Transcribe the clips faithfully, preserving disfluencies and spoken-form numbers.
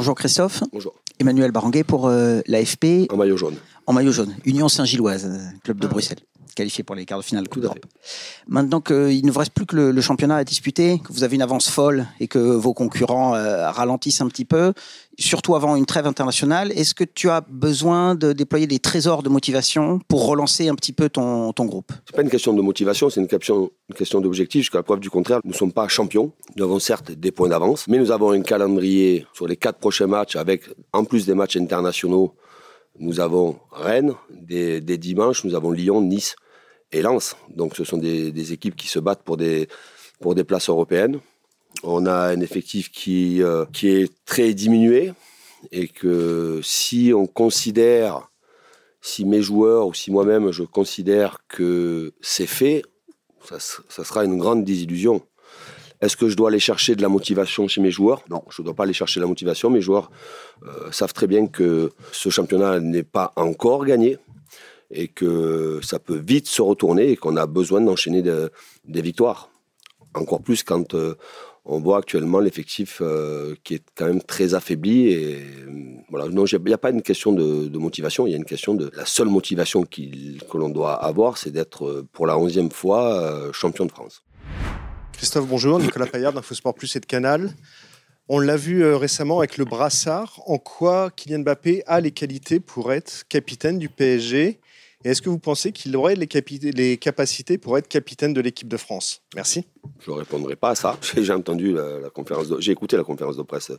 Bonjour Christophe. Bonjour. Emmanuel Baranguet pour euh, l'A F P. En maillot jaune. En maillot jaune. Union Saint-Gilloise, euh, club de ah, Bruxelles, qualifié pour les quarts de finale de Coupe d'Europe. Maintenant qu'il ne vous reste plus que le, le championnat à disputer, que vous avez une avance folle et que vos concurrents euh, ralentissent un petit peu, surtout avant une trêve internationale, est-ce que tu as besoin de déployer des trésors de motivation pour relancer un petit peu ton, ton groupe ? C'est pas une question de motivation, c'est une question, une question d'objectif. Jusqu'à la preuve du contraire, nous ne sommes pas champions. Nous avons certes des points d'avance, mais nous avons un calendrier sur les quatre prochains matchs avec, en plus des matchs internationaux, nous avons Rennes, des, des dimanches, nous avons Lyon, Nice et Lens. Donc ce sont des, des équipes qui se battent pour des, pour des places européennes. On a un effectif qui, euh, qui est très diminué et que si on considère, si mes joueurs ou si moi-même je considère que c'est fait, ça, ça sera une grande désillusion. Est-ce que je dois aller chercher de la motivation chez mes joueurs ? Non, je ne dois pas aller chercher de la motivation. Mes joueurs euh, savent très bien que ce championnat n'est pas encore gagné et que ça peut vite se retourner et qu'on a besoin d'enchaîner de, des victoires. Encore plus quand euh, on voit actuellement l'effectif euh, qui est quand même très affaibli. Et, voilà. Non, il n'y a pas une question de, de motivation, il y a une question de... La seule motivation qu'il, que l'on doit avoir, c'est d'être pour la onzième fois euh, champion de France. Christophe, bonjour. Nicolas Paillard d'Infosport Plus et de Canal. On l'a vu euh, récemment avec le brassard. En quoi Kylian Mbappé a les qualités pour être capitaine du P S G ? Et est-ce que vous pensez qu'il aurait les, capi- les capacités pour être capitaine de l'équipe de France ? Merci. Je ne répondrai pas à ça. J'ai, j'ai entendu la, la conférence de, j'ai écouté la conférence de presse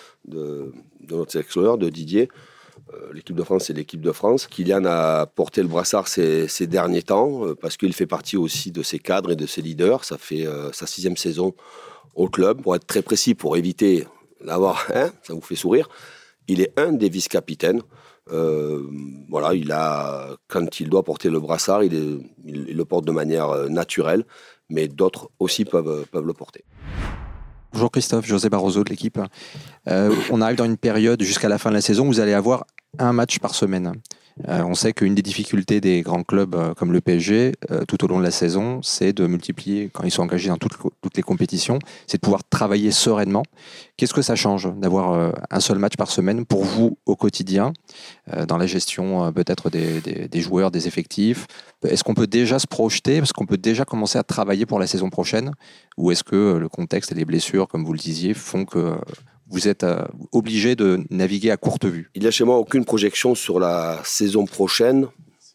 de, de notre sélectionneur, de Didier. Euh, l'équipe de France, c'est l'équipe de France. Kylian a porté le brassard ces, ces derniers temps euh, parce qu'il fait partie aussi de ses cadres et de ses leaders. Ça fait euh, sa sixième saison au club. Pour être très précis, pour éviter d'avoir, hein, ça vous fait sourire, il est un des vice-capitaines. Euh, voilà, il a, quand il doit porter le brassard, il, est, il, il le porte de manière euh, naturelle, mais d'autres aussi peuvent, peuvent le porter. Bonjour Christophe, José Barroso de l'équipe. Euh, on arrive dans une période jusqu'à la fin de la saison où vous allez avoir un match par semaine. Euh, on sait qu'une des difficultés des grands clubs euh, comme le P S G euh, tout au long de la saison, c'est de multiplier, quand ils sont engagés dans toutes, toutes les compétitions, c'est de pouvoir travailler sereinement. Qu'est-ce que ça change d'avoir euh, un seul match par semaine pour vous au quotidien, euh, dans la gestion euh, peut-être des, des, des joueurs, des effectifs ? Est-ce qu'on peut déjà se projeter ? Est-ce qu'on peut déjà commencer à travailler pour la saison prochaine ? Ou est-ce que le contexte et les blessures, comme vous le disiez, font que euh, vous êtes euh, obligé de naviguer à courte vue ? Il n'y a chez moi aucune projection sur la saison prochaine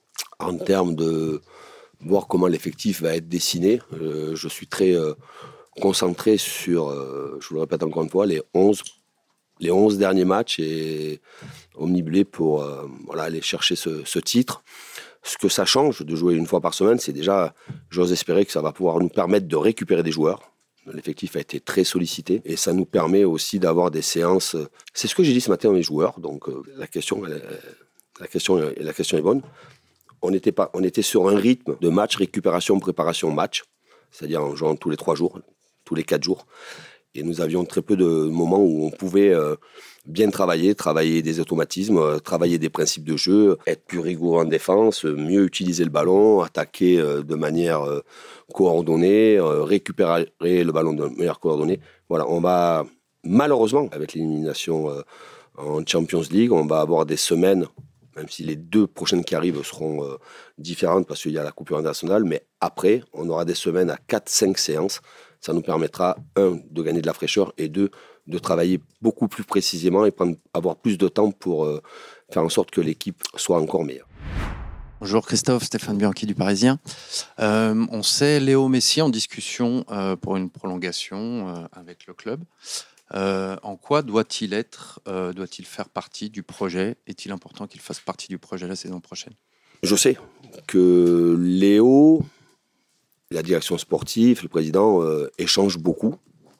en termes de voir comment l'effectif va être dessiné. Euh, je suis très euh, concentré sur, euh, je vous le répète encore une fois, les onze, les onze derniers matchs et omniblé pour euh, voilà, aller chercher ce, ce titre. Ce que ça change de jouer une fois par semaine, c'est déjà, j'ose espérer que ça va pouvoir nous permettre de récupérer des joueurs. L'effectif a été très sollicité et ça nous permet aussi d'avoir des séances. C'est ce que j'ai dit ce matin à mes joueurs. Donc euh, la question, elle, la question, la question est bonne. On était pas, on était sur un rythme de match, récupération, préparation, match, c'est-à-dire en jouant tous les trois jours, tous les quatre jours. Et nous avions très peu de moments où on pouvait euh, bien travailler, travailler des automatismes, euh, travailler des principes de jeu, être plus rigoureux en défense, mieux utiliser le ballon, attaquer euh, de manière euh, coordonnée, euh, récupérer le ballon de manière coordonnée. Voilà, on va malheureusement, avec l'élimination euh, en Champions League, on va avoir des semaines, même si les deux prochaines qui arrivent seront euh, différentes parce qu'il y a la Coupe internationale, mais après, on aura des semaines à quatre cinq séances. Ça nous permettra, un, de gagner de la fraîcheur et deux, de travailler beaucoup plus précisément et prendre, avoir plus de temps pour euh, faire en sorte que l'équipe soit encore meilleure. Bonjour Christophe, Stéphane Bianchi du Parisien. Euh, on sait Léo Messi en discussion euh, pour une prolongation euh, avec le club. Euh, en quoi doit-il être, euh, doit-il faire partie du projet ? Est-il important qu'il fasse partie du projet la saison prochaine ? Je sais que Léo, la direction sportive, le président euh, échangent beaucoup.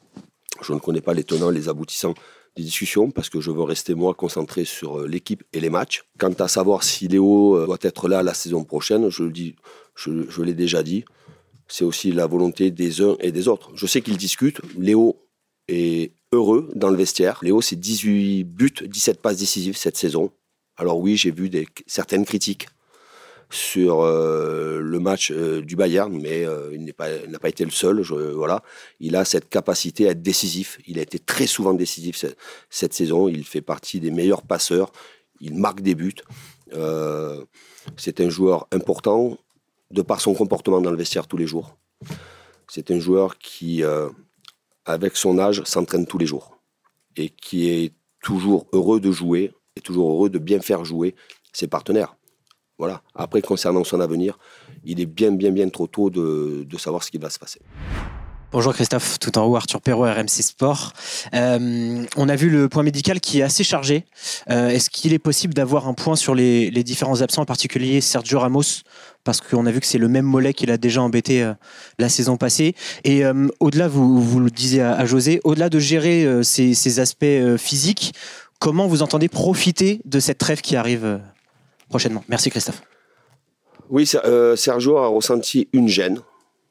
Je ne connais pas les tenants, les aboutissants des discussions parce que je veux rester moi concentré sur euh, l'équipe et les matchs. Quant à savoir si Léo euh, doit être là la saison prochaine, je le dis, je, je l'ai déjà dit, c'est aussi la volonté des uns et des autres. Je sais qu'ils discutent. Léo est heureux dans le vestiaire. Léo, c'est dix-huit buts, dix-sept passes décisives cette saison. Alors oui, j'ai vu des, certaines critiques. sur euh, le match euh, du Bayern, mais euh, il n'est pas, il n'a pas été le seul. Je, voilà. Il a cette capacité à être décisif. Il a été très souvent décisif cette, cette saison. Il fait partie des meilleurs passeurs. Il marque des buts. Euh, c'est un joueur important de par son comportement dans le vestiaire tous les jours. C'est un joueur qui, euh, avec son âge, s'entraîne tous les jours et qui est toujours heureux de jouer et toujours heureux de bien faire jouer ses partenaires. Voilà. Après, concernant son avenir, il est bien, bien, bien trop tôt de, de savoir ce qui va se passer. Bonjour Christophe, tout en haut, Arthur Perrault, R M C Sport. Euh, on a vu le point médical qui est assez chargé. Euh, est-ce qu'il est possible d'avoir un point sur les, les différents absents, en particulier Sergio Ramos, parce qu'on a vu que c'est le même mollet qu'il a déjà embêté euh, la saison passée. Et euh, au-delà, vous, vous le disiez à, à José, au-delà de gérer euh, ces, ces aspects euh, physiques, comment vous entendez profiter de cette trêve qui arrive euh, prochainement? Merci Christophe. Oui, euh, Sergio a ressenti une gêne.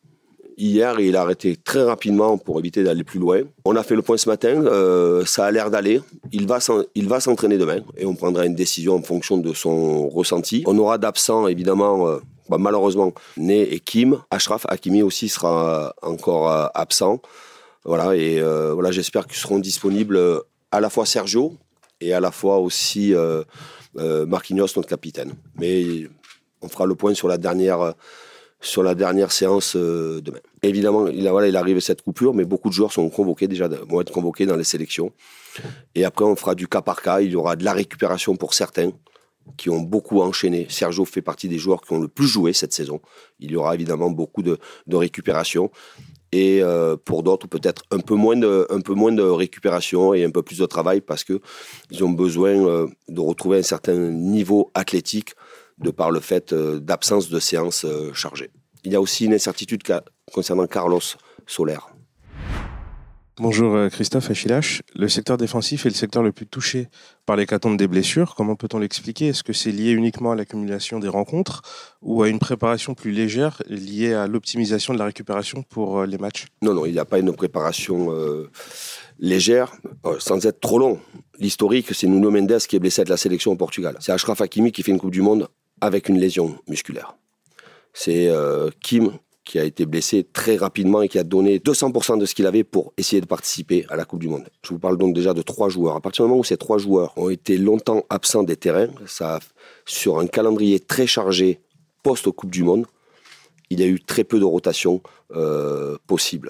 Hier, il a arrêté très rapidement pour éviter d'aller plus loin. On a fait le point ce matin, euh, ça a l'air d'aller. Il va, il va s'entraîner demain et on prendra une décision en fonction de son ressenti. On aura d'absents, évidemment, euh, bah, malheureusement, Né et Kim. Achraf Hakimi aussi sera encore euh, absent. Voilà, et euh, voilà, j'espère qu'ils seront disponibles euh, à la fois Sergio et à la fois aussi euh, euh, Marquinhos, notre capitaine. Mais on fera le point sur la dernière... Euh, sur la dernière séance euh, demain. Évidemment, il, a, voilà, il arrive cette coupure, mais beaucoup de joueurs sont convoqués déjà, vont être convoqués dans les sélections. Et après, on fera du cas par cas. Il y aura de la récupération pour certains qui ont beaucoup enchaîné. Sergio fait partie des joueurs qui ont le plus joué cette saison. Il y aura évidemment beaucoup de, de récupération. Et euh, pour d'autres, peut-être un peu moins de, un peu moins de récupération et un peu plus de travail parce qu'ils ont besoin euh, de retrouver un certain niveau athlétique de par le fait euh, d'absence de séances euh, chargées. Il y a aussi une incertitude ca- concernant Carlos Soler. Bonjour Christophe Achillach. Le secteur défensif est le secteur le plus touché par l'hécatombe des blessures. Comment peut-on l'expliquer? Est-ce que c'est lié uniquement à l'accumulation des rencontres ou à une préparation plus légère liée à l'optimisation de la récupération pour les matchs? Non, non, il n'y a pas une préparation euh, légère, euh, sans être trop long. L'historique, c'est Nuno Mendes qui est blessé de la sélection au Portugal. C'est Achraf Hakimi qui fait une Coupe du Monde avec une lésion musculaire. C'est euh, Kim qui a été blessé très rapidement et qui a donné deux cents pour cent de ce qu'il avait pour essayer de participer à la Coupe du Monde. Je vous parle donc déjà de trois joueurs. À partir du moment où ces trois joueurs ont été longtemps absents des terrains, ça, sur un calendrier très chargé post-Coupe du Monde, il y a eu très peu de rotation euh, possible.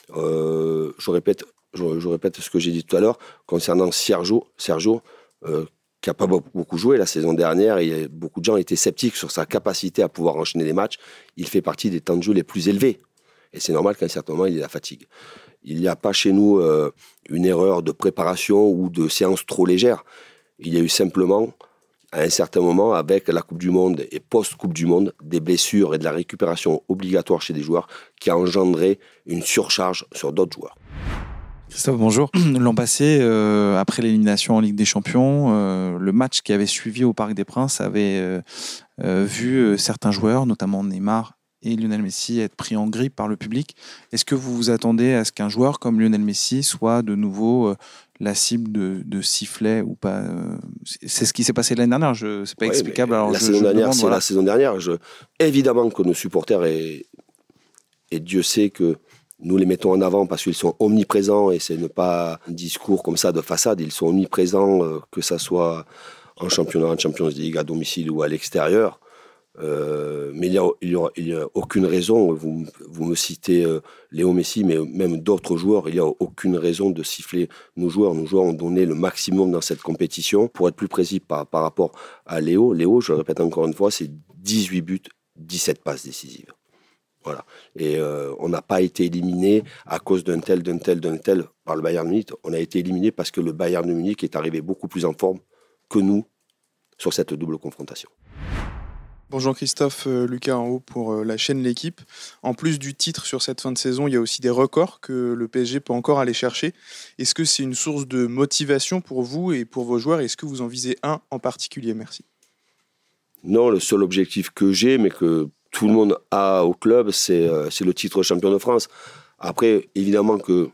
Euh, je, répète, je, je répète ce que j'ai dit tout à l'heure concernant Sergio, Sergio euh, qui n'a pas beaucoup joué la saison dernière, et beaucoup de gens étaient sceptiques sur sa capacité à pouvoir enchaîner les matchs. Il fait partie des temps de jeu les plus élevés. Et c'est normal qu'à un certain moment, il ait la fatigue. Il n'y a pas chez nous euh, une erreur de préparation ou de séance trop légère. Il y a eu simplement, à un certain moment, avec la Coupe du Monde et post-Coupe du Monde, des blessures et de la récupération obligatoire chez des joueurs qui a engendré une surcharge sur d'autres joueurs. Christophe, bonjour. L'an passé, euh, après l'élimination en Ligue des Champions, euh, le match qui avait suivi au Parc des Princes avait euh, euh, vu euh, certains joueurs, notamment Neymar et Lionel Messi, être pris en grippe par le public. Est-ce que vous vous attendez à ce qu'un joueur comme Lionel Messi soit de nouveau euh, la cible de, de sifflets ou pas? C'est ce qui s'est passé l'année dernière, ce n'est pas ouais, explicable. Alors la je, saison je dernière, demande, c'est voilà. la saison dernière. Je... Évidemment que nos supporters, et, et Dieu sait que nous les mettons en avant parce qu'ils sont omniprésents, et c'est ne pas un discours comme ça de façade. Ils sont omniprésents, euh, que ça soit en championnat, en Champions League, à domicile ou à l'extérieur. Euh, mais il n'y a, il a, il y a aucune raison, vous, vous me citez euh, Léo Messi, mais même d'autres joueurs, il n'y a aucune raison de siffler nos joueurs. Nos joueurs ont donné le maximum dans cette compétition. Pour être plus précis par, par rapport à Léo, Léo, je le répète encore une fois, c'est dix-huit buts, dix-sept passes décisives. Voilà. Et euh, on n'a pas été éliminé à cause d'un tel, d'un tel, d'un tel par le Bayern Munich. On a été éliminé parce que le Bayern Munich est arrivé beaucoup plus en forme que nous sur cette double confrontation. Bonjour Christophe, euh, Lucas en haut pour euh, la chaîne L'Équipe. En plus du titre sur cette fin de saison, il y a aussi des records que le P S G peut encore aller chercher. Est-ce que c'est une source de motivation pour vous et pour vos joueurs? Est-ce que vous en visez un en particulier? Merci. Non, le seul objectif que j'ai, mais que tout le monde a au club, c'est, euh, c'est le titre de champion de France. Après, évidemment que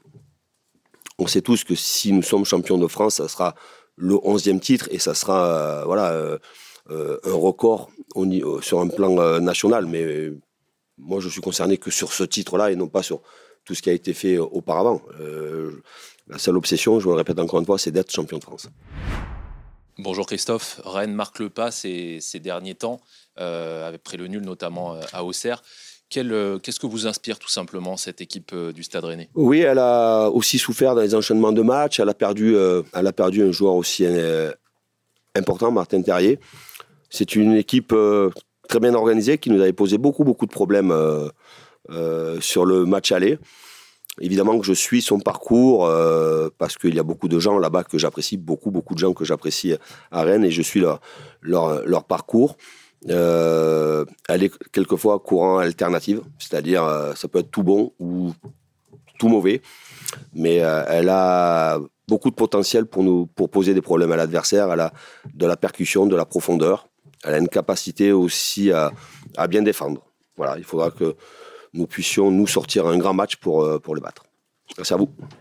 on sait tous que si nous sommes champions de France, ça sera le onzième titre et ça sera euh, voilà, euh, euh, un record au, sur un plan euh, national, mais euh, moi je suis concerné que sur ce titre-là et non pas sur tout ce qui a été fait euh, auparavant. Euh, la seule obsession, je le répète encore une fois, c'est d'être champion de France. Bonjour Christophe, Rennes marque le pas ces, ces derniers temps, euh, après le nul notamment euh, à Auxerre. Quel, euh, qu'est-ce que vous inspire tout simplement cette équipe euh, du Stade Rennais ? Oui, elle a aussi souffert dans les enchaînements de matchs. Elle a perdu, euh, elle a perdu un joueur aussi euh, important, Martin Terrier. C'est une équipe euh, très bien organisée qui nous avait posé beaucoup, beaucoup de problèmes euh, euh, sur le match aller. Évidemment que je suis son parcours euh, parce qu'il y a beaucoup de gens là-bas que j'apprécie, beaucoup, beaucoup de gens que j'apprécie à Rennes et je suis leur, leur, leur parcours. Euh, elle est quelquefois courant alternative, c'est-à-dire euh, ça peut être tout bon ou tout mauvais, mais euh, elle a beaucoup de potentiel pour, nous, pour poser des problèmes à l'adversaire. Elle a de la percussion, de la profondeur. Elle a une capacité aussi à, à bien défendre. Voilà, il faudra que nous puissions nous sortir un grand match pour, pour le battre. Merci à vous.